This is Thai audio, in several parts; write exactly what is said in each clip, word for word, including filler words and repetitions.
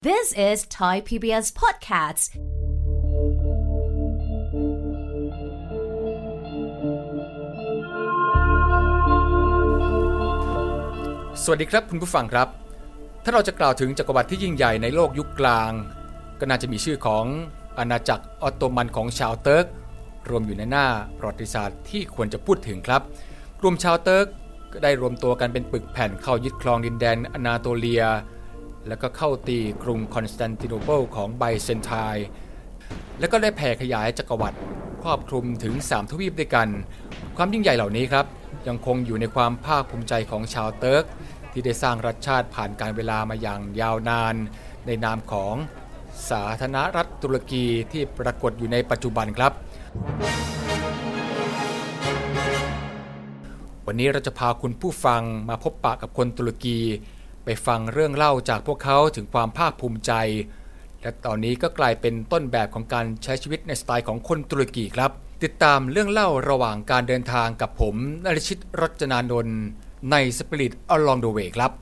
This is Thai พี บี เอส Podcast สวัสดีครับคุณผู้ฟังครับถ้าเราจะกล่าวถึงจักรวรรดิที่ยิ่งใหญ่ในโลกยุคกลางก็น่าจะมีชื่อของอาณาจักรออตโตมันของชาวเติร์กรวมอยู่ในหน้าประวัติศาสตร์ที่ควรจะพูดถึงครับกลุ่มชาวเติร์กก็ได้รวมตัวกันเป็นปึกแผ่นเข้ายึดครองดินแดนอนาโตเลียแล้วก็เข้าตีกรุงคอนสแตนติโนเปิลของไบเซนไทน์แล้วก็ได้แผ่ขยายจักรวรรดิครอบคลุมถึงสามทวีปด้วยกันความยิ่งใหญ่เหล่านี้ครับยังคงอยู่ในความภาคภูมิใจของชาวเติร์กที่ได้สร้างรัฐชาติผ่านการเวลามาอย่างยาวนานในนามของสาธารณรัฐตุรกีที่ปรากฏอยู่ในปัจจุบันครับวันนี้เราจะพาคุณผู้ฟังมาพบปะกับคนตุรกีไปฟังเรื่องเล่าจากพวกเขาถึงความภาคภูมิใจและตอนนี้ก็กลายเป็นต้นแบบของการใช้ชีวิตในสไตล์ของคนตุรกีครับติดตามเรื่องเล่าระหว่างการเดินทางกับผมนฤชิตรจนานนท์ใน Spirit Along the Way ครับ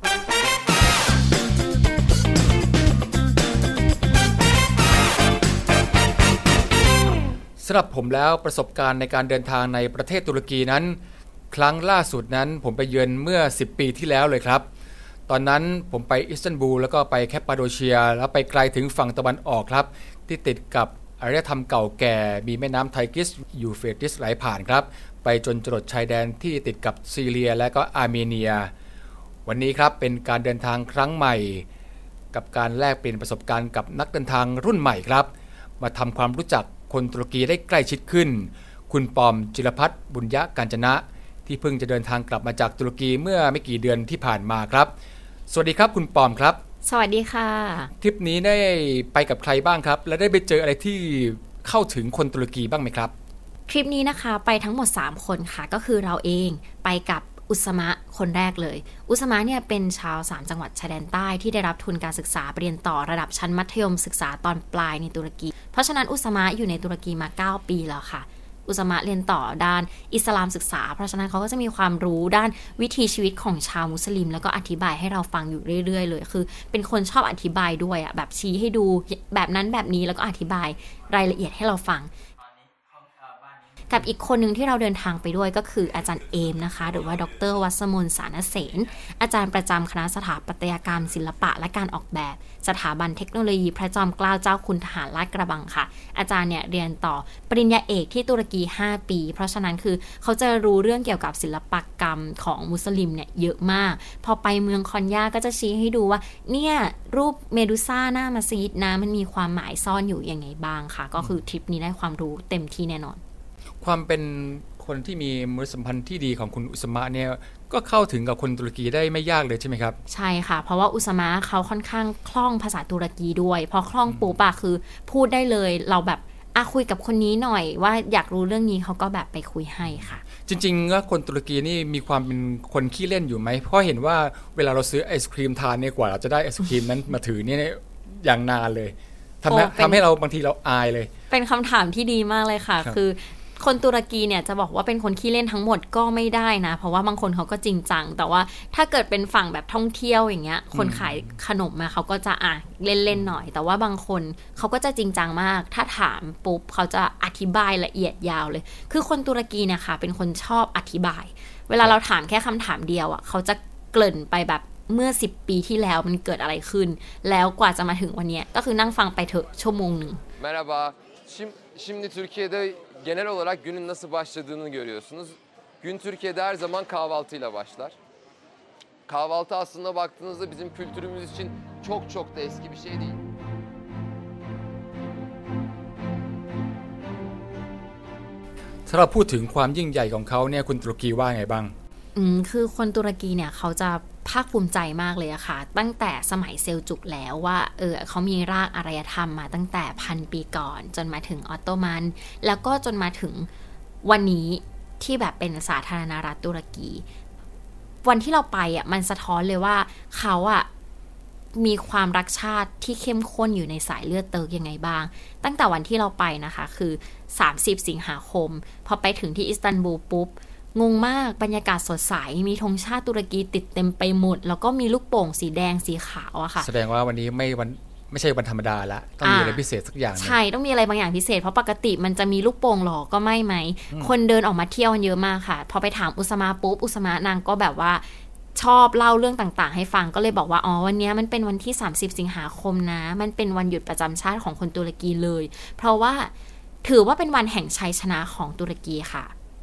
สำหรับผมแล้วประสบการณ์ในการเดินทางในประเทศตุรกีนั้นครั้งล่าสุดนั้นผมไปเยือนเมื่อสิบปีที่แล้วเลยครับตอนนั้นผมไปอิสตันบูลแล้วก็ไปแคปปาโดเชียแล้วไปไกลถึงฝั่งตะวันออกครับที่ติดกับอารยธรรมเก่าแก่มีแม่น้ำไทกริสยูเฟรติสไหลผ่านครับไปจนจรดชายแดนที่ติดกับซีเรียและก็อาร์เมเนียวันนี้ครับเป็นการเดินทางครั้งใหม่กับการแลกเปลี่ยนประสบการณ์กับนักเดินทางรุ่นใหม่ครับมาทำความรู้จักคนตุรกีได้ใกล้ชิดขึ้นคุณปอมจิรพัฒน์บุญยกาญจนะที่เพิ่งจะเดินทางกลับมาจากตุรกีเมื่อไม่กี่เดือนที่ผ่านมาครับสวัสดีครับคุณปอมครับสวัสดีค่ะทริปนี้ได้ไปกับใครบ้างครับและได้ไปเจออะไรที่เข้าถึงคนตุรกีบ้างไหมครับทริปนี้นะคะไปทั้งหมดสามคนค่ะก็คือเราเองไปกับอุสมะคนแรกเลยอุสมะเนี่ยเป็นชาวสามจังหวัดชายแดนใต้ที่ได้รับทุนการศึกษาเรียนต่อระดับชั้นมัธยมศึกษาตอนปลายในตุรกีเพราะฉะนั้นอุสมะอยู่ในตุรกีมาเก้าปีแล้วค่ะอุสมะเรียนต่อด้านอิสลามศึกษาเพราะฉะนั้นเขาก็จะมีความรู้ด้านวิถีชีวิตของชาวมุสลิมแล้วก็อธิบายให้เราฟังอยู่เรื่อยๆเลยคือเป็นคนชอบอธิบายด้วยอ่ะแบบชี้ให้ดูแบบนั้นแบบนี้แล้วก็อธิบายรายละเอียดให้เราฟังกับอีกคนหนึ่งที่เราเดินทางไปด้วยก็คืออาจารย์เอมนะคะหรือว่าดร.วัสมนสารเสนอาจารย์ประจำคณะสถาปัตยกรรมศิลปะและการออกแบบสถาบันเทคโนโลยีพระจอมเกล้าเจ้าคุณทหารลาดกระบังค่ะอาจารย์เนี่ยเรียนต่อปริญญาเอกที่ตุรกีห้าปีเพราะฉะนั้นคือเขาจะรู้เรื่องเกี่ยวกับศิลปกรรมของมุสลิมเนี่ยเยอะมากพอไปเมืองคอนยาก็จะชี้ให้ดูว่าเนี่ยรูปเมดูซ่าหน้ามัสยิดนะมันมีความหมายซ่อนอยู่ยังไงบ้างค่ะก็คือทริปนี้ได้ความรู้เต็มที่แน่นอนความเป็นคนที่มีมนุษยสัมพันธ์ที่ดีของคุณอุสมะเนี่ยก็เข้าถึงกับคนตุรกีได้ไม่ยากเลยใช่ไหมครับใช่ค่ะเพราะว่าอุสมะเขาค่อนข้างคล่องภาษาตุรกีด้วยพอคล่องปุ๊บอะคือพูดได้เลยเราแบบอ่ะคุยกับคนนี้หน่อยว่าอยากรู้เรื่องนี้เขาก็แบบไปคุยให้ค่ะจริงๆแล้วคนตุรกีนี่มีความเป็นคนขี้เล่นอยู่ไหมเพราะเห็นว่าเวลาเราซื้อไอศครีมทานเนี่ยกว่าเราจะได้ไอศครีมนั้นมาถือเนี่ยอย่างนานเลยทำให้ทำให้เราบางทีเราอายเลยเป็นคำถามที่ดีมากเลยค่ะคือคนตุรกีเนี่ยจะบอกว่าเป็นคนขี้เล่นทั้งหมดก็ไม่ได้นะเพราะว่าบางคนเขาก็จริงจังแต่ว่าถ้าเกิดเป็นฝั่งแบบท่องเที่ยวอย่างเงี้ยคนขายขนมมาเขาก็จะอ่ะเล่นๆหน่อยแต่ว่าบางคนเขาก็จะจริงจังมากถ้าถามปุ๊บเขาจะอธิบายละเอียดยาวเลยคือคนตุรกีเนี่ยค่ะเป็นคนชอบอธิบายเวลาเราถามแค่คำถามเดียวอ่ะเขาจะเกริ่นไปแบบเมื่อสิบปีที่แล้วมันเกิดอะไรขึ้นแล้วกว่าจะมาถึงวันนี้ก็คือนั่งฟังไปเถอะชั่วโมงนึง Merhaba. Şimdi Türkiye'de genel olarak günün nasıl başladığını görüyorsunuz. Gün Türkiye'de her zaman kahvaltıyla başlar. Kahvaltı aslında baktığınızda bizim kültürümüz için çok çok da eski bir şey değil. ถ้าเราพูดถึงความยิ่งใหญ่ของเขาเนี่ยคุณตุรกีว่าไงบ้างอืมคือคนตุรกีเนี่ยเขาจะภาคภูมิใจมากเลยอะค่ะตั้งแต่สมัยเซลจุกแล้วว่าเออเขามีรากอารยธรรมมาตั้งแต่พันปีก่อนจนมาถึงออตโตมันแล้วก็จนมาถึงวันนี้ที่แบบเป็นสาธารณรัฐตุรกีวันที่เราไปอะมันสะท้อนเลยว่าเขาอะมีความรักชาติที่เข้มข้นอยู่ในสายเลือดเติร์กยังไงบ้างตั้งแต่วันที่เราไปนะคะคือสามสิบสิงหาคมพอไปถึงที่อิสตันบูลปุ๊บ งงมากบรรยากาศสดใสมีธงชาติตุรกีติดเต็มไปหมดแล้วก็มีลูกโป่งสีแดงสีขาวอะค่ะแสดงว่าวันนี้ไม่วันไม่ใช่วันธรรมดาละต้องมีอะไรพิเศษสักอย่างใช่ต้องมีอะไรบางอย่างพิเศษเพราะปกติมันจะมีลูกโป่งหรอก็ไม่ไหมคนเดินออกมาเที่ยวกันเยอะมากค่ะพอไปถามอุสมาปุ๊บอุสมานางก็แบบว่าชอบเล่าเรื่องต่างๆให้ฟังก็เลยบอกว่าอ๋อวันนี้มันเป็นวันที่สามสิบสิงหาคมนะมันเป็นวันหยุดประจำชาติของคนตุรกีเลยเพราะว่าถือว่าเป็นวันแห่งชัยชนะของตุรกีค่ะ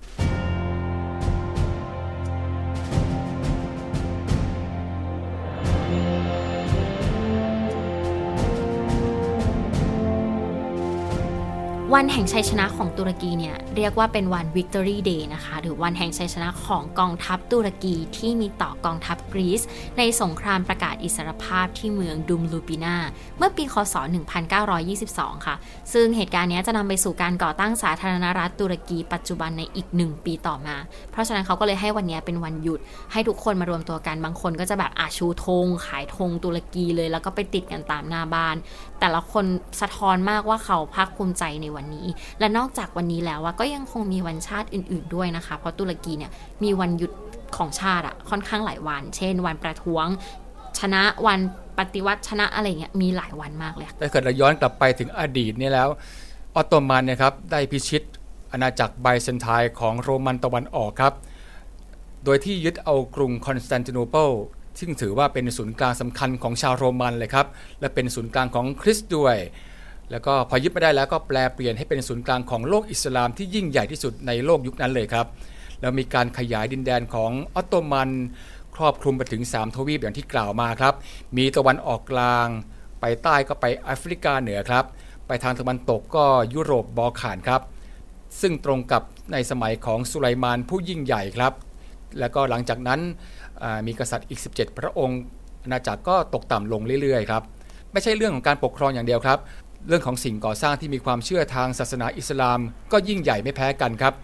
วันแห่งชัยชนะของตุรกีเนี่ยเรียกว่าเป็นวัน Victory Day นะคะหรือวันแห่งชัยชนะของกองทัพตุรกีที่มีต่อกองทัพกรีซในสงครามประกาศอิสรภาพที่เมืองดุมลูปินาเมื่อปีคศหนึ่งพันเก้าร้อยยี่สิบสองค่ะซึ่งเหตุการณ์นี้จะนำไปสู่การก่อตั้งสาธารณรัฐตุรกีปัจจุบันในอีกหนึ่งปีต่อมาเพราะฉะนั้นเขาก็เลยให้วันนี้เป็นวันหยุดให้ทุกคนมารวมตัวกันบางคนก็จะแบบอาชูธงขายธงตุรกีเลยแล้วก็ไปติดกันตามหน้าบ้านแต่ละคนสะท้อนมากว่าเขาภาคภูมิใจในวันนี้และนอกจากวันนี้แล้วก็ยังคงมีวันชาติอื่นๆด้วยนะคะเพราะตุรกีเนี่ยมีวันหยุดของชาติอะค่อนข้างหลายวันเช่นวันประท้วงชนะวันปฏิวัติชนะอะไรเงี้ยมีหลายวันมากเลยแต่เกิดเราย้อนกลับไปถึงอดีตนี่แล้วออตโตมันเนี่ยครับได้พิชิตอาณาจักรไบแซนไทน์ของโรมันตะวันออกครับโดยที่ยึดเอากรุงคอนสแตนติโนเปิลซึ่งถือว่าเป็นศูนย์กลางสำคัญของชาวโรมันเลยครับและเป็นศูนย์กลางของคริสต์ด้วยแล้วก็พอยึดไม่ได้แล้วก็แปลเปลี่ยนให้เป็นศูนย์กลางของโลกอิสลามที่ยิ่งใหญ่ที่สุดในโลกยุคนั้นเลยครับแล้วมีการขยายดินแดนของออตโตมันครอบคลุมไปถึงสามทวีปอย่างที่กล่าวมาครับมีตะวันออกกลางไปใต้ก็ไปแอฟริกาเหนือครับไปทางตะวันตกก็ยุโรปบอลข่านครับซึ่งตรงกับในสมัยของสุไลมานผู้ยิ่งใหญ่ครับแล้วก็หลังจากนั้นมีกษัตริย์อีกสิบเจ็ดพระองค์อาณาจักรก็ตกต่ำลงเรื่อยๆครับไม่ใช่เรื่องของการปกครองอย่างเดียวครับเรื่องของสิ่งก่อสร้างที่มีความเชื่อทางศาสนาอิสลามก็ยิ่งใหญ่ไม่แพ้กันครับ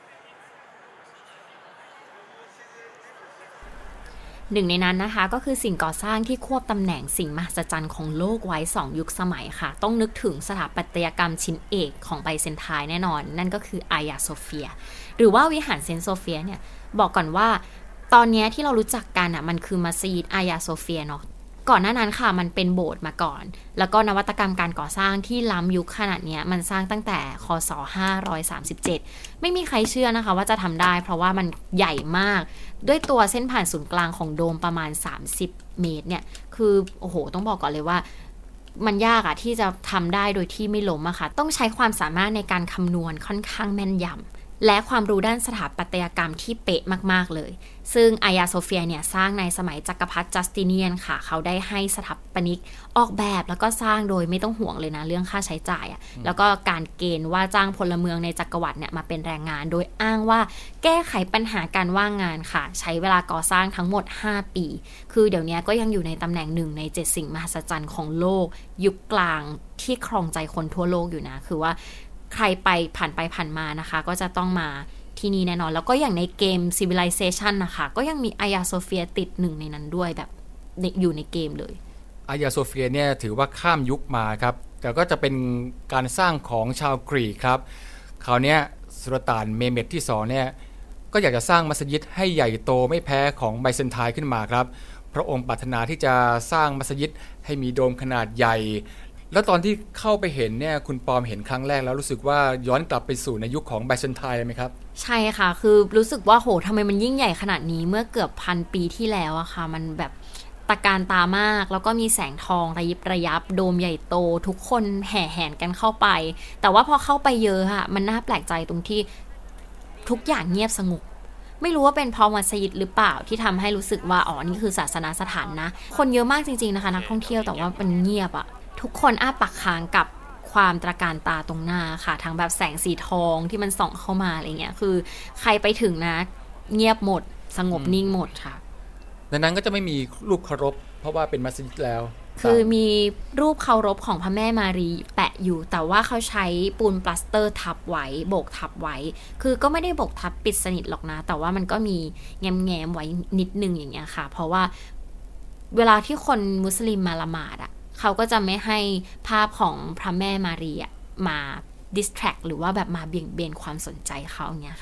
หนึ่งในนั้นนะคะก็คือสิ่งก่อสร้างที่ควบตำแหน่งสิ่งมหัศจรรย์ของโลกไว้สองยุคสมัยค่ะต้องนึกถึงสถาปัตยกรรมชิ้นเอกของไบแซนไทน์แน่นอนนั่นก็คืออายาโซเฟียหรือว่าวิหารเซนต์โซเฟียเนี่ยบอกก่อนว่าตอนนี้ที่เรารู้จักกันอ่ะมันคือมัสยิดอายาโซเฟียเนาะก่อนหน้านั้นค่ะมันเป็นโบสถ์มาก่อนแล้วก็นวัตกรรมการก่อสร้างที่ล้ำยุคขนาดนี้มันสร้างตั้งแต่คศห้าร้อยสามสิบเจ็ดไม่มีใครเชื่อนะคะว่าจะทำได้เพราะว่ามันใหญ่มากด้วยตัวเส้นผ่านศูนย์กลางของโดมประมาณสามสิบเมตรเนี่ยคือโอ้โหต้องบอกก่อนเลยว่ามันยากอะที่จะทำได้โดยที่ไม่ล้มอะค่ะต้องใช้ความสามารถในการคำนวณค่อนข้างแม่นยำและความรู้ด้านสถาปัตยกรรมที่เป๊ะมากๆเลยซึ่งอายาโซเฟียเนี่ยสร้างในสมัยจักรพรรดิจัสติเนียนค่ะเขาได้ให้สถาปนิกออกแบบแล้วก็สร้างโดยไม่ต้องห่วงเลยนะเรื่องค่าใช้จ่ายอ่ะแล้วก็การเกณฑ์ว่าจ้างพลเมืองในจักรวรรดิเนี่ยมาเป็นแรงงานโดยอ้างว่าแก้ไขปัญหาการว่างงานค่ะใช้เวลาก่อสร้างทั้งหมดห้าปีคือเดี๋ยวนี้ก็ยังอยู่ในตำแหน่งหนึ่งในเจ็ดสิ่งมหัศจรรย์ของโลกยุคกลางที่ครองใจคนทั่วโลกอยู่นะคือว่าใครไปผ่านไปผ่านมานะคะก็จะต้องมาที่นี่แน่นอนแล้วก็อย่างในเกม Civilization นะคะก็ยังมีอายาโซเฟียติดหนึ่งในนั้นด้วยแบบอยู่ในเกมเลยอายาโซเฟียเนี่ยถือว่าข้ามยุคมาครับแต่ก็จะเป็นการสร้างของชาวกรีกครับคราวนี้สุลต่านเมเมดที่สองเนี่ยก็อยากจะสร้างมัสยิดให้ใหญ่โตไม่แพ้ของไบแซนไทน์ขึ้นมาครับพระองค์ปรารถนาที่จะสร้างมัสยิดให้มีโดมขนาดใหญ่แล้วตอนที่เข้าไปเห็นเนี่ยคุณปอมเห็นครั้งแรกแล้วรู้สึกว่าย้อนกลับไปสู่ในยุคของไบแซนไทน์ไหมครับใช่ค่ะคือรู้สึกว่าโหทำไมมันยิ่งใหญ่ขนาดนี้เมื่อเกือบพันปีที่แล้วอะค่ะมันแบบตะการตามากแล้วก็มีแสงทองระยิบระยับโดมใหญ่โตทุกคนแห่แหนกันเข้าไปแต่ว่าพอเข้าไปเยอะอะมันน่าแปลกใจตรงที่ทุกอย่างเงียบสงบไม่รู้ว่าเป็นเพราะมัสยิดหรือเปล่าที่ทำให้รู้สึกว่าอ๋อนี่คือศาสนาสถานนะคนเยอะมากจริงๆนะคะนักท่องเที่ยวแต่ว่ามันเงียบอะทุกคนอ้าปากค้างกับความตระการตาตรงหน้าค่ะทั้งแบบแสงสีทองที่มันส่องเข้ามาอะไรเงี้ยคือใครไปถึงนะเงียบหมดสงบนิ่งหมดค่ะดังนั้นก็จะไม่มีรูปเคารพเพราะว่าเป็นมัสยิดแล้วคือมีรูปเคารพของพระแม่มารีแปะอยู่แต่ว่าเขาใช้ปูนปลาสเตอร์ทับไว้โบกทับไว้คือก็ไม่ได้โบกทับปิดสนิทหรอกนะแต่ว่ามันก็มีแง้มๆไว้นิดนึงอย่างเงี้ยค่ะเพราะว่าเวลาที่คนมุสลิมมาละหมาดอ่ะเขาก็จะไม่ให้ภาพของพระแม่มารีมา distract หรือว่าแบบมาเบี่ยงเบนความสนใจเขาอย่างเงี้ยค่ะ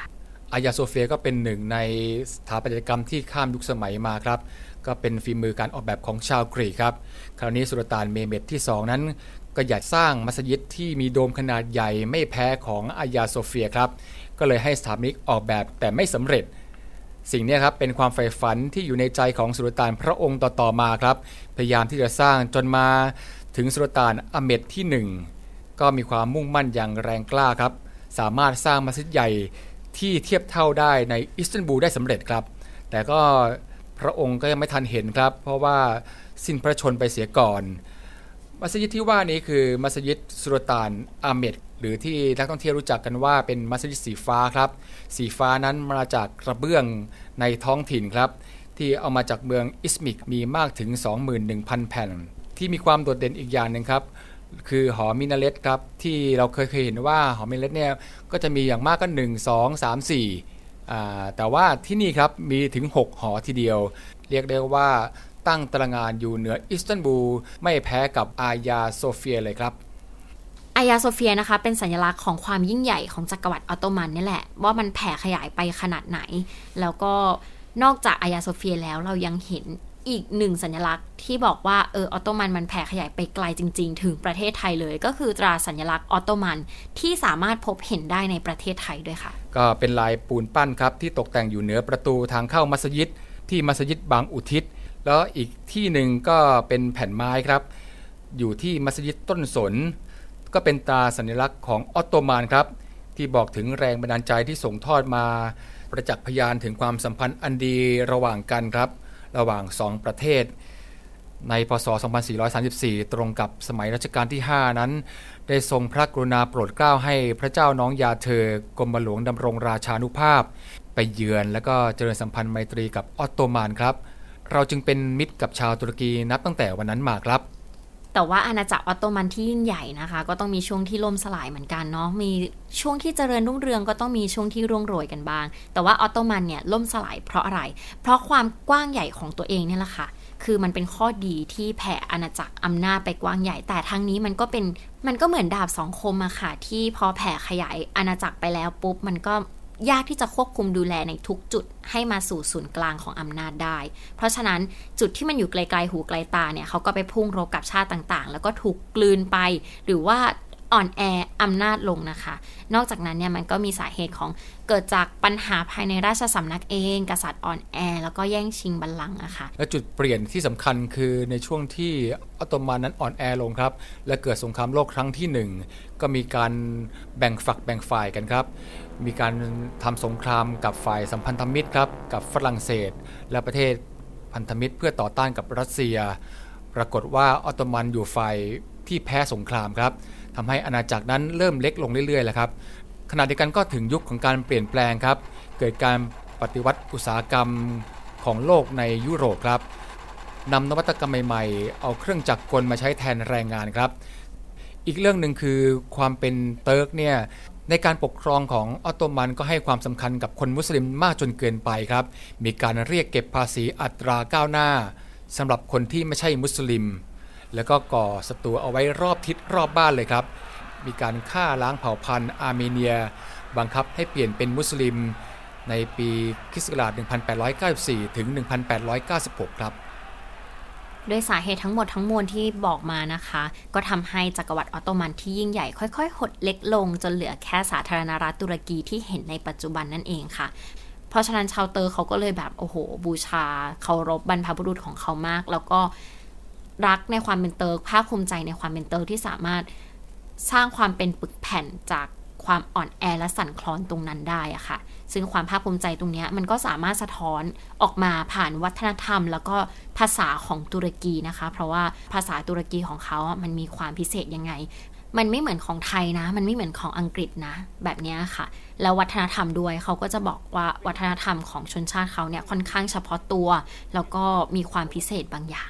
อายาโซเฟียก็เป็นหนึ่งในสถาปัตยกรรมที่ข้ามยุคสมัยมาครับก็เป็นฝีมือการออกแบบของชาวกรีกครับคราวนี้สุลต่านเมเหม็ดที่สองนั้นก็อยากสร้างมัสยิดที่มีโดมขนาดใหญ่ไม่แพ้ของอายาโซเฟียครับก็เลยให้สถาปนิกออกแบบแต่ไม่สำเร็จสิ่งนี้ครับเป็นความใฝ่ฝันที่อยู่ในใจของสุลต่านพระองค์ต่อๆมาครับพยายามที่จะสร้างจนมาถึงสุลต่านอะเมดที่หนึ่งก็มีความมุ่งมั่นอย่างแรงกล้าครับสามารถสร้างมัสยิดใหญ่ที่เทียบเท่าได้ในอิสตันบูลได้สำเร็จครับแต่ก็พระองค์ก็ยังไม่ทันเห็นครับเพราะว่าสิ้นพระชนม์ไปเสียก่อนมัสยิดที่ว่านี้คือมัสยิดสุลต่านอะเมดหรือที่นักท่องเที่ยวรู้จักกันว่าเป็นมัสยิดสีฟ้าครับสีฟ้านั้นมาจากกระเบื้องในท้องถิ่นครับที่เอามาจากเมืองอิสมิกมีมากถึง สองหมื่นหนึ่งพัน แผ่นที่มีความโดดเด่นอีกอย่างหนึ่งครับคือหอมินาเร็ตครับที่เราเคยเคยเห็นว่าหอมินาเร็ตเนี่ยก็จะมีอย่างมากก็หนึ่ง สอง สาม สี่อ่าแต่ว่าที่นี่ครับมีถึงหกหอทีเดียวเรียกได้ว่าตั้งตระหง่านอยู่เหนืออิสตันบูลไม่แพ้กับอายาโซเฟียเลยครับอายาโซเฟียนะคะเป็นสัญลักษณ์ของความยิ่งใหญ่ของจักรวรรดิออตโตมันนี่แหละว่ามันแผ่ขยายไปขนาดไหนแล้วก็นอกจากอายาโซเฟียแล้วเรายังเห็นอีกหนึ่งสัญลักษณ์ที่บอกว่าเออออตโตมันมันแผ่ขยายไปไกลจริงๆถึงประเทศไทยเลยก็คือตราสัญลักษณ์ออตโตมันที่สามารถพบเห็นได้ในประเทศไทยด้วยค่ะก็เป็นลายปูนปั้นครับที่ตกแต่งอยู่เหนือประตูทางเข้ามัสยิดที่มัสยิดบางอุทิศแล้วอีกที่หนึ่งก็เป็นแผ่นไม้ครับอยู่ที่มัสยิดต้นสนก็เป็นตราสัญลักษณ์ของออตโตมันครับที่บอกถึงแรงบันดาลใจที่ส่งทอดมาประจักษ์พยานถึงความสัมพันธ์อันดีระหว่างกันครับระหว่างสองประเทศในพ.ศ. สองพันสี่ร้อยสามสิบสี่ตรงกับสมัยรัชกาลที่ห้านั้นได้ทรงพระกรุณาโปรดเกล้าให้พระเจ้าน้องยาเธอกรมหลวงดำรงราชานุภาพไปเยือนและก็เจริญสัมพันธ์ไมตรีกับออตโตมันครับเราจึงเป็นมิตรกับชาวตุรกีนับตั้งแต่วันนั้นมาครับแต่ว่าอาณาจักรออตโตมันที่ยิ่งใหญ่นะคะก็ต้องมีช่วงที่ล่มสลายเหมือนกันเนาะมีช่วงที่เจริญรุ่งเรืองก็ต้องมีช่วงที่ร่วงโรยกันบ้างแต่ว่าออตโตมันเนี่ยล่มสลายเพราะอะไรเพราะความกว้างใหญ่ของตัวเองเนี่ยแหละค่ะคือมันเป็นข้อดีที่แผ่อาณาจักรอำนาจไปกว้างใหญ่แต่ทั้งนี้มันก็เป็นมันก็เหมือนดาบสองคมอะค่ะที่พอแผ่ขยายอาณาจักรไปแล้วปุ๊บมันก็ยากที่จะควบคุมดูแลในทุกจุดให้มาสู่ศูนย์กลางของอำนาจได้เพราะฉะนั้นจุดที่มันอยู่ไกลๆหูไกลตาเนี่ยเขาก็ไปพุ่งรบกับชาติต่างๆแล้วก็ถูกกลืนไปหรือว่าอ่อนแออำนาจลงนะคะนอกจากนั้นเนี่ยมันก็มีสาเหตุของเกิดจากปัญหาภายในราชสำนักเองกษัตริย์อ่อนแอแล้วก็แย่งชิงบัลลังก์อะค่ะและจุดเปลี่ยนที่สำคัญคือในช่วงที่ออตโตมันนั้นอ่อนแอลงครับและเกิดสงครามโลกครั้งที่หนึ่งก็มีการแบ่งฝักแบ่งฝ่ายกันครับมีการทำสงครามกับฝ่ายสัมพันธมิตรครับกับฝรั่งเศสและประเทศพันธมิตรเพื่อต่อต้านกับรัสเซียปรากฏว่าออตโตมันอยู่ฝ่ายที่แพ้สงครามครับทำให้อาณาจักรนั้นเริ่มเล็กลงเรื่อยๆแล้วครับขณะเดียวกันก็ถึงยุคของการเปลี่ยนแปลงครับเกิดการปฏิวัติอุตสาหกรรมของโลกในยุโรปครับนำนวัตกรรมใหม่ๆเอาเครื่องจักรกลมาใช้แทนแรงงานครับอีกเรื่องหนึ่งคือความเป็นเติร์กเนี่ยในการปกครองของออตโตมันก็ให้ความสำคัญกับคนมุสลิมมากจนเกินไปครับมีการเรียกเก็บภาษีอัตราก้าวหน้าสำหรับคนที่ไม่ใช่มุสลิมแล้วก็ก่อศัตรูเอาไว้รอบทิศรอบบ้านเลยครับมีการฆ่าล้างเผ่าพันธุ์อาร์เมเนียบังคับให้เปลี่ยนเป็นมุสลิมในปีคริสต์ศักราชหนึ่งพันแปดร้อยเก้าสิบสี่ถึงหนึ่งพันแปดร้อยเก้าสิบหกครับด้วยสาเหตุทั้งหมดทั้งมวลที่บอกมานะคะก็ทำให้จักรวรรดิออตโตมันที่ยิ่งใหญ่ค่อยๆหดเล็กลงจนเหลือแค่สาธารณรัฐตุรกีที่เห็นในปัจจุบันนั่นเองค่ะเพราะฉะนั้นชาวเตอร์เขาก็เลยแบบโอ้โหบูชาเคารพบรรพบุรุษของเขามากแล้วก็รักในความเป็นเติร์กภาคภูมิใจในความเป็นเติร์กที่สามารถสร้างความเป็นปึกแผ่นจากความอ่อนแอและสั่นคลอนตรงนั้นได้อะค่ะซึ่งความภาคภูมิใจตรงนี้มันก็สามารถสะท้อนออกมาผ่านวัฒนธรรมแล้วก็ภาษาของตุรกีนะคะเพราะว่าภาษาตุรกีของเขามันมีความพิเศษยังไงมันไม่เหมือนของไทยนะมันไม่เหมือนของอังกฤษนะแบบนี้ค่ะแล้ววัฒนธรรมด้วยเขาก็จะบอกว่าวัฒนธรรมของชนชาติเขาเนี่ยค่อนข้างเฉพาะตัวแล้วก็มีความพิเศษบางอย่าง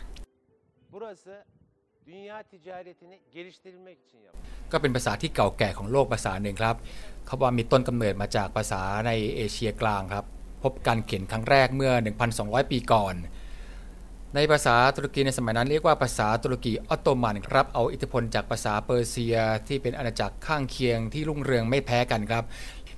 ก็เป็นภาษาที่เก่าแก่ของโลกภาษาหนึ่งครับเขาว่ามีต้นกำเนิดมาจากภาษาในเอเชียกลางครับพบการเขียนครั้งแรกเมื่อ หนึ่งพันสองร้อย ปีก่อนในภาษาตุรกีในสมัยนั้นเรียกว่าภาษาตุรกีออตโตมันครับเอาอิทธิพลจากภาษาเปอร์เซียที่เป็นอาณาจักรข้างเคียงที่รุ่งเรืองไม่แพ้กันครับ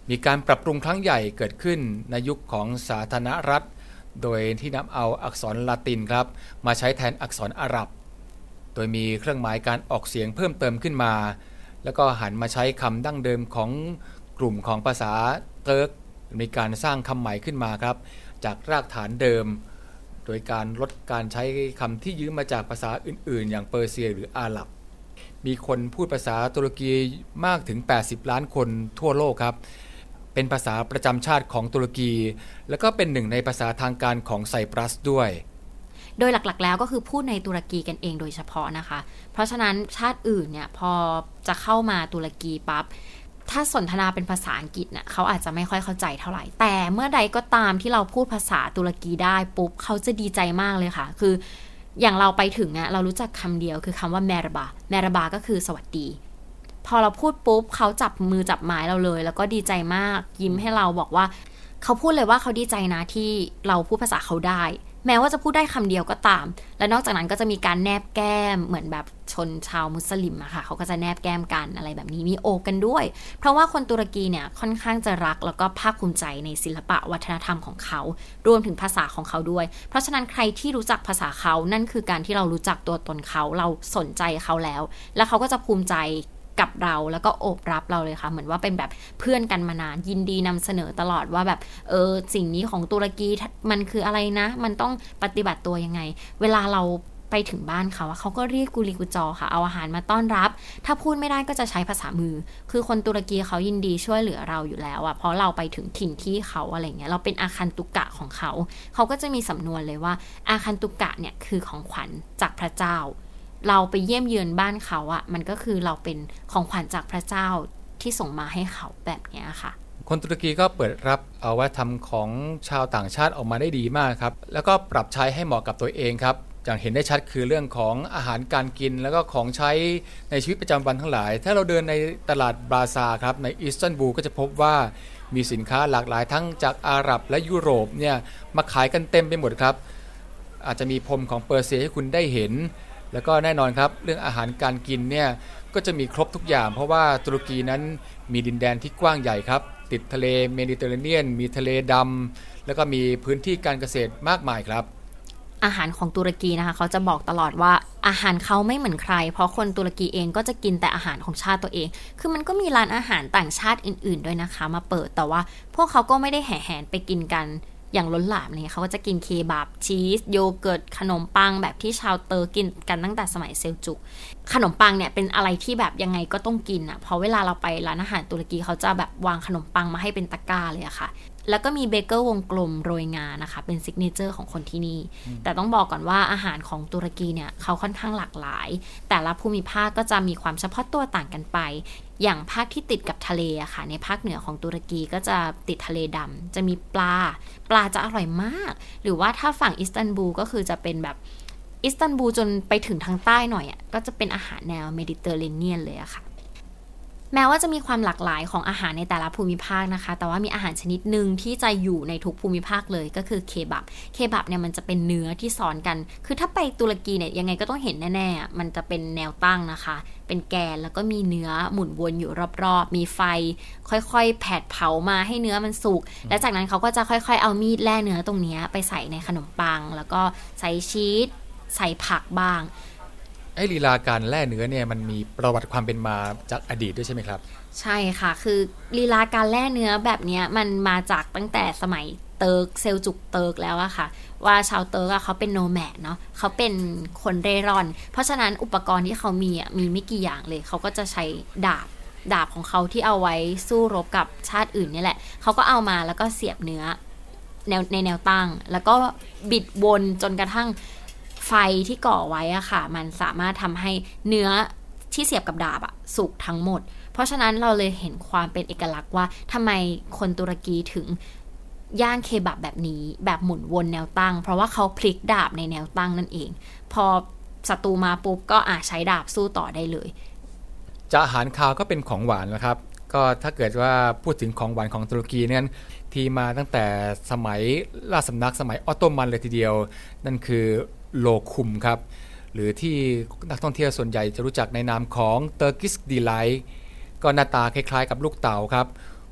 มีการปรับปรุงครั้งใหญ่เกิดขึ้นในยุคของสาธารณรัฐโดยที่นำเอาอักษรละตินครับมาใช้แทนอักษรอาหรับโดยมีเครื่องหมายการออกเสียงเพิ่มเติมขึ้นมาแล้วก็หันมาใช้คำดั้งเดิมของกลุ่มของภาษาเติร์กมีการสร้างคำใหม่ขึ้นมาครับจากรากฐานเดิมโดยการลดการใช้คำที่ยืมมาจากภาษาอื่นๆอย่างเปอร์เซียหรืออาหรับมีคนพูดภาษาตุรกีมากถึงแปดสิบล้านคนทั่วโลกครับเป็นภาษาประจำชาติของตุรกีแล้วก็เป็นหนึ่งในภาษาทางการของไซปรัสด้วยโดยหลักๆแล้วก็คือพูดในตุรกีกันเองโดยเฉพาะนะคะเพราะฉะนั้นชาติอื่นเนี่ยพอจะเข้ามาตุรกีปั๊บถ้าสนทนาเป็นภาษาอังกฤษเนี่ยเขาอาจจะไม่ค่อยเข้าใจเท่าไหร่แต่เมื่อใดก็ตามที่เราพูดภาษาตุรกีได้ปุ๊บเขาจะดีใจมากเลยค่ะคืออย่างเราไปถึงเนี่ยเรารู้จักคำเดียวคือคำว่าแมรบาแมรบาก็คือสวัสดีพอเราพูดปุ๊บเขาจับมือจับไม้เราเลยแล้วก็ดีใจมากยิ้มให้เราบอกว่าเขาพูดเลยว่าเขาดีใจนะที่เราพูดภาษาเขาได้แม้ว่าจะพูดได้คำเดียวก็ตามและนอกจากนั้นก็จะมีการแนบแก้มเหมือนแบบชนชาวมุสลิมอะค่ะเขาก็จะแนบแก้มกันอะไรแบบนี้มีโอบกันด้วยเพราะว่าคนตุรกีเนี่ยค่อนข้างจะรักแล้วก็ภาคภูมิใจในศิลปะวัฒนธรรมของเขารวมถึงภาษาของเขาด้วยเพราะฉะนั้นใครที่รู้จักภาษาเขานั่นคือการที่เรารู้จักตัวตนเขาเราสนใจเขาแล้วและเขาก็จะภูมิใจกับเราแล้วก็โอบรับเราเลยค่ะเหมือนว่าเป็นแบบเพื่อนกันมานานยินดีนำเสนอตลอดว่าแบบเออสิ่งนี้ของตุรกีมันคืออะไรนะมันต้องปฏิบัติตัวยังไงเวลาเราไปถึงบ้านเขาเขาก็เรียกกุลีกุจอค่ะเอาอาหารมาต้อนรับถ้าพูดไม่ได้ก็จะใช้ภาษามือคือคนตุรกีเขายินดีช่วยเหลือเราอยู่แล้วอ่ะเพราะเราไปถึงถิ่นที่เขาอะไรเงี้ยเราเป็นอาคันตุกะของเขาเขาก็จะมีสำนวนเลยว่าอาคันตุกะเนี่ยคือของขวัญจากพระเจ้าเราไปเยี่ยมเยือนบ้านเขาอะมันก็คือเราเป็นของขวัญจากพระเจ้าที่ส่งมาให้เขาแบบนี้ค่ะคนตุรกีก็เปิดรับเอาวัฒนธรรมของชาวต่างชาติออกมาได้ดีมากครับแล้วก็ปรับใช้ให้เหมาะกับตัวเองครับอย่างเห็นได้ชัดคือเรื่องของอาหารการกินแล้วก็ของใช้ในชีวิตประจำวันทั้งหลายถ้าเราเดินในตลาดบราซาครับในอิสตันบูลก็จะพบว่ามีสินค้าหลากหลายทั้งจากอาหรับและยุโรปเนี่ยมาขายกันเต็มไปหมดครับอาจจะมีพรมของเปอร์เซียให้คุณได้เห็นแล้วก็แน่นอนครับเรื่องอาหารการกินเนี่ยก็จะมีครบทุกอย่างเพราะว่าตุรกีนั้นมีดินแดนที่กว้างใหญ่ครับติดทะเลเมดิเตอร์เรเนียนมีทะเลดำแล้วก็มีพื้นที่การเกษตรมากมายครับอาหารของตุรกีนะคะเขาจะบอกตลอดว่าอาหารเขาไม่เหมือนใครเพราะคนตุรกีเองก็จะกินแต่อาหารของชาติตัวเองคือมันก็มีร้านอาหารต่างชาติอื่นๆด้วยนะคะมาเปิดแต่ว่าพวกเขาก็ไม่ได้แห่แหนไปกินกันอย่างล้นหลามเลยเขาก็จะกินเคบับชีสโยเกิร์ตขนมปังแบบที่ชาวเตอร์กินกันตั้งแต่สมัยเซลจุกขนมปังเนี่ยเป็นอะไรที่แบบยังไงก็ต้องกินอ่ะเพราะเวลาเราไปร้านอาหารตุรกีเขาจะแบบวางขนมปังมาให้เป็นตะกร้าเลยอะค่ะแล้วก็มีเบเกอร์วงกลมโรยงานะคะเป็นซิกเนเจอร์ของคนที่นี่แต่ต้องบอกก่อนว่าอาหารของตุรกีเนี่ยเขาค่อนข้างหลากหลายแต่ละภูมิภาคก็จะมีความเฉพาะตัวต่างกันไปอย่างภาคที่ติดกับทะเลอะค่ะในภาคเหนือของตุรกีก็จะติดทะเลดำจะมีปลาปลาจะอร่อยมากหรือว่าถ้าฝั่งอิสตันบูลก็คือจะเป็นแบบอิสตันบูลจนไปถึงทางใต้หน่อยอะก็จะเป็นอาหารแนวเมดิเตอร์เรเนียนเลยอะค่ะแม้ว่าจะมีความหลากหลายของอาหารในแต่ละภูมิภาคนะคะแต่ว่ามีอาหารชนิดหนึ่งที่จะอยู่ในทุกภูมิภาคเลยก็คือเคบับเคบับเนี่ยมันจะเป็นเนื้อที่ซ้อนกันคือถ้าไปตุรกีเนี่ยยังไงก็ต้องเห็นแน่ๆมันจะเป็นแนวตั้งนะคะเป็นแกนแล้วก็มีเนื้อหมุนวนอยู่รอบๆมีไฟค่อยๆแผดเผามาให้เนื้อมันสุกและจากนั้นเขาก็จะค่อยๆเอามีดแล่เนื้อตรงนี้ไปใส่ในขนมปังแล้วก็ใส่ชีสใส่ผักบ้างไอ้ลีลาการแล่เนื้อเนี่ยมันมีประวัติความเป็นมาจากอดีตด้วยใช่ไหมครับใช่ค่ะคือลีลาการแล่เนื้อแบบนี้มันมาจากตั้งแต่สมัยเติร์กเซลจุกเติร์กแล้วอะค่ะว่าชาวเติร์กอะเขาเป็นโนแมดเนาะเขาเป็นคนเร่ร่อนเพราะฉะนั้นอุปกรณ์ที่เขามีอะมีไม่กี่อย่างเลยเขาก็จะใช้ดาบดาบของเขาที่เอาไว้สู้รบกับชาติอื่นนี่แหละเขาก็เอามาแล้วก็เสียบเนื้อแนวในแนวตั้งแล้วก็บิดวนจนกระทั่งไฟที่ก่อไว้อะค่ะมันสามารถทำให้เนื้อที่เสียบกับดาบอะสุกทั้งหมดเพราะฉะนั้นเราเลยเห็นความเป็นเอกลักษณ์ว่าทำไมคนตุรกีถึงย่างเคบับแบบนี้แบบหมุนวนแนวตั้งเพราะว่าเขาพลิกดาบในแนวตั้งนั่นเองพอศัตรูมาปุ๊บก็อาจใช้ดาบสู้ต่อได้เลยจะอาหารคาวก็เป็นของหวานนะครับก็ถ้าเกิดว่าพูดถึงของหวานของตุรกีนั้นที่มาตั้งแต่สมัยราชสำนักสมัยออตโตมันเลยทีเดียวนั่นคือโลคุมครับหรือที่นักท่องเที่ยวส่วนใหญ่จะรู้จักในนามของ Turkish Delight ก็หน้าตาคล้ายๆกับลูกเต๋าครับ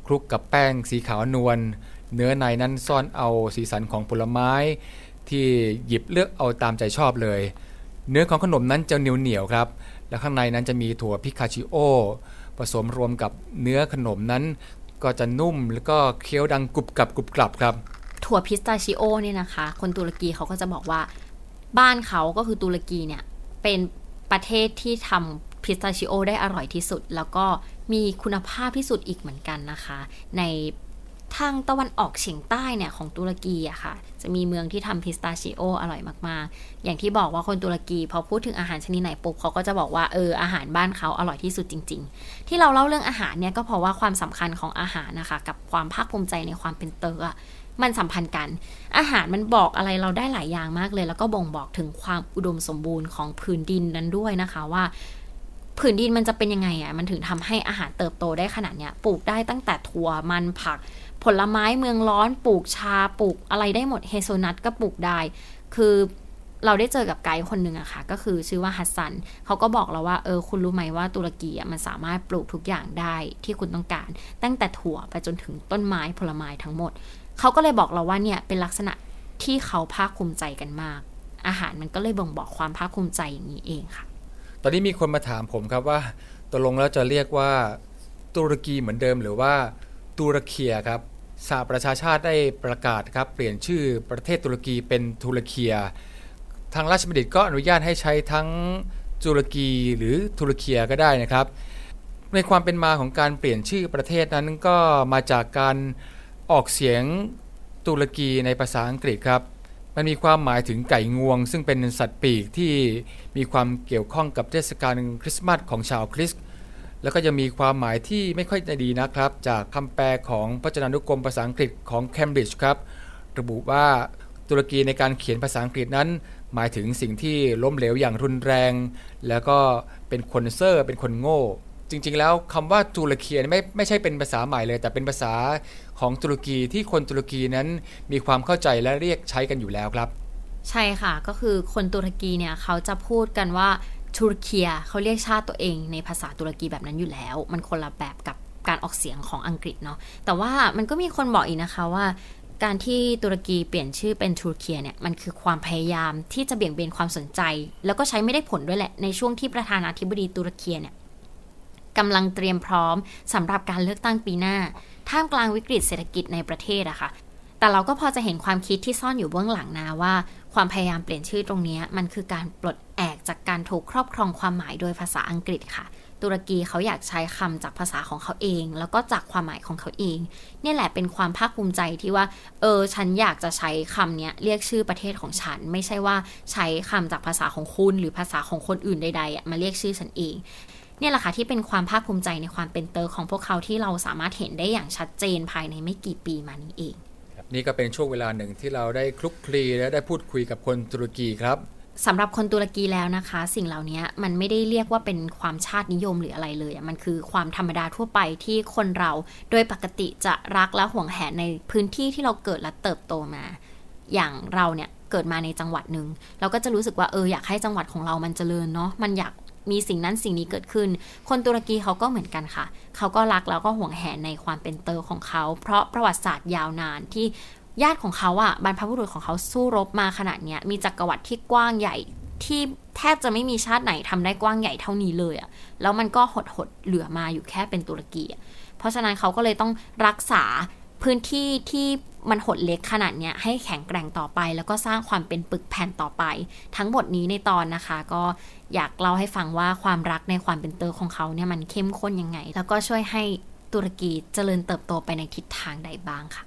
คลุกกับแป้งสีขาวนวลเนื้อในนั้นซ่อนเอาสีสันของผลไม้ที่หยิบเลือกเอาตามใจชอบเลยเนื้อของขนมนั้นจะเหนียวเหนียวครับและข้างในนั้นจะมีถั่วพิคาชิโอผสมรวมกับเนื้อขนมนั้นก็จะนุ่มแล้วก็เคี้ยวดังกรุบกรับกรุบกรับครับถั่วพิสตาชิโอเนี่ยนะคะคนตุรกีเขาก็จะบอกว่าบ้านเขาก็คือตุรกีเนี่ยเป็นประเทศที่ทำพิสตาชิโอได้อร่อยที่สุดแล้วก็มีคุณภาพที่สุดอีกเหมือนกันนะคะในทางตะวันออกเฉียงใต้เนี่ยของตุรกีอะค่ะจะมีเมืองที่ทำพิสตาชิโออร่อยมากๆอย่างที่บอกว่าคนตุรกีพอพูดถึงอาหารชนิดไหนปุ๊บเขาก็จะบอกว่าเอออาหารบ้านเขาอร่อยที่สุดจริงๆที่เราเล่าเรื่องอาหารเนี่ยก็เพราะว่าความสำคัญของอาหารนะคะกับความภาคภูมิใจในความเป็นเตอร์มันสัมพันธ์กันอาหารมันบอกอะไรเราได้หลายอย่างมากเลยแล้วก็บ่งบอกถึงความอุดมสมบูรณ์ของพื้นดินนั้นด้วยนะคะว่าผืนดินมันจะเป็นยังไงอ่ะมันถึงทำให้อาหารเติบโตได้ขนาดเนี้ยปลูกได้ตั้งแต่ถั่วมันผักผลไม้เมืองร้อนปลูกชาปลูกอะไรได้หมดเฮโซนัทก็ปลูกได้คือเราได้เจอกับไกด์คนหนึ่งอะค่ะก็คือชื่อว่าฮัสซันเขาก็บอกเราว่าเออคุณรู้ไหมว่าตุรกีอะมันสามารถปลูกทุกอย่างได้ที่คุณต้องการตั้งแต่ถั่วไปจนถึงต้นไม้ผลไม้ทั้งหมดเขาก็เลยบอกเราว่าเนี่ยเป็นลักษณะที่เขาภาคภูมิใจกันมากอาหารมันก็เลยบ่งบอกความภาคภูมิใจอย่างนี้เองค่ะตอนนี้มีคนมาถามผมครับว่าตกลงแล้วจะเรียกว่าตุรกีเหมือนเดิมหรือว่าตุรเคียครับสหประชาชาติได้ประกาศครับเปลี่ยนชื่อประเทศตุรกีเป็นตุรเคียทางราชบัณฑิตก็อนุญาตให้ใช้ทั้งตุรกีหรือตุรเคียก็ได้นะครับในความเป็นมาของการเปลี่ยนชื่อประเทศนั้นก็มาจากการออกเสียงตุรกีในภาษาอังกฤษครับมันมีความหมายถึงไก่งวงซึ่งเป็นสัตว์ปีกที่มีความเกี่ยวข้องกับเทศกาลคริสต์มาสของชาวคริสต์แล้วก็ยังมีความหมายที่ไม่ค่อยดีนะครับจากคำแปลของพจนานุกรมภาษาอังกฤษของเคมบริดจ์ครับระบุว่าตุรกีในการเขียนภาษาอังกฤษนั้นหมายถึงสิ่งที่ล้มเหลวอย่างรุนแรงแล้วก็เป็นคนเซ่อเป็นคนโง่จริงๆแล้วคำว่าตุรเคียไม่ไม่ใช่เป็นภาษาใหม่เลยแต่เป็นภาษาของตุรกีที่คนตุรกีนั้นมีความเข้าใจและเรียกใช้กันอยู่แล้วครับใช่ค่ะก็คือคนตุรกีเนี่ยเขาจะพูดกันว่าตุรเคียเขาเรียกชาติตัวเองในภาษาตุรกีแบบนั้นอยู่แล้วมันคนละแบบกับการออกเสียงของอังกฤษเนาะแต่ว่ามันก็มีคนบอกอีกนะคะว่าการที่ตุรกีเปลี่ยนชื่อเป็นตุรเคียเนี่ยมันคือความพยายามที่จะเบี่ยงเบนความสนใจแล้วก็ใช้ไม่ได้ผลด้วยแหละในช่วงที่ประธานาธิบดีตุรเคียเนี่ยกำลังเตรียมพร้อมสำหรับการเลือกตั้งปีหน้าท่ามกลางวิกฤตเศรษฐกิจในประเทศอะค่ะแต่เราก็พอจะเห็นความคิดที่ซ่อนอยู่เบื้องหลังนะว่าความพยายามเปลี่ยนชื่อตรงนี้มันคือการปลดแอกจากการถูกครอบครองความหมายโดยภาษาอังกฤษค่ะตุรกีเขาอยากใช้คำจากภาษาของเขาเองแล้วก็จากความหมายของเขาเองนี่แหละเป็นความภาคภูมิใจที่ว่าเออฉันอยากจะใช้คำนี้เรียกชื่อประเทศของฉันไม่ใช่ว่าใช้คำจากภาษาของคุณหรือภาษาของคนอื่นใดๆมาเรียกชื่อฉันเองเนี่ยแหละค่ะที่เป็นความภาคภูมิใจในความเป็นเตอร์ของพวกเขาที่เราสามารถเห็นได้อย่างชัดเจนภายในไม่กี่ปีมานี้เองนี่ก็เป็นช่วงเวลาหนึ่งที่เราได้คลุกคลีและได้พูดคุยกับคนตุรกีครับสำหรับคนตุรกีแล้วนะคะสิ่งเหล่านี้มันไม่ได้เรียกว่าเป็นความชาตินิยมหรืออะไรเลยมันคือความธรรมดาทั่วไปที่คนเราโดยปกติจะรักและหวงแหนในพื้นที่ที่เราเกิดและเติบโตมาอย่างเราเนี่ยเกิดมาในจังหวัดนึงเราก็จะรู้สึกว่าเอออยากให้จังหวัดของเรามันเจริญเนาะมันอยากมีสิ่งนั้นสิ่งนี้เกิดขึ้นคนตุรกีเขาก็เหมือนกันค่ะเขาก็รักแล้วก็หวงแหนในความเป็นเตอร์ของเขาเพราะประวัติศาสตร์ยาวนานที่ญาติของเขาอ่ะบรรพบุรุษของเขาสู้รบมาขนาดเนี้ยมีจักรวรรดิที่กว้างใหญ่ที่แทบจะไม่มีชาติไหนทำได้กว้างใหญ่เท่านี้เลยอ่ะแล้วมันก็หดหดเหลือมาอยู่แค่เป็นตุรกีอ่ะเพราะฉะนั้นเขาก็เลยต้องรักษาพื้นที่ที่มันหดเล็กขนาดเนี้ยให้แข็งแกร่งต่อไปแล้วก็สร้างความเป็นปึกแผ่นต่อไปทั้งหมดนี้ในตอนนะคะก็อยากเล่าให้ฟังว่าความรักในความเป็นเตอร์ของเขาเนี่ยมันเข้มข้นยังไงแล้วก็ช่วยให้ตุรกีเจริญเติบโตไปในทิศทางใดบ้างค่ะ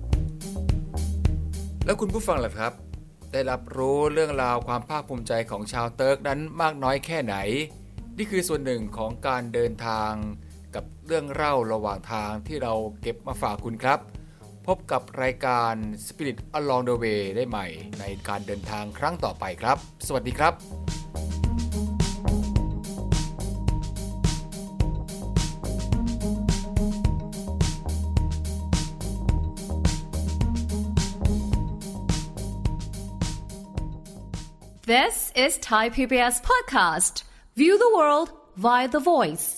แล้วคุณผู้ฟังล่ะครับได้รับรู้เรื่องราวความภาคภูมิใจของชาวเติร์กนั้นมากน้อยแค่ไหนนี่คือส่วนหนึ่งของการเดินทางกับเรื่องเล่าระหว่างทางที่เราเก็บมาฝากคุณครับพบกับรายการ Spirit Along the Way ได้ใหม่ในการเดินทางครั้งต่อไปครับสวัสดีครับ This is Thai พี บี เอส Podcast. View the world via the voice.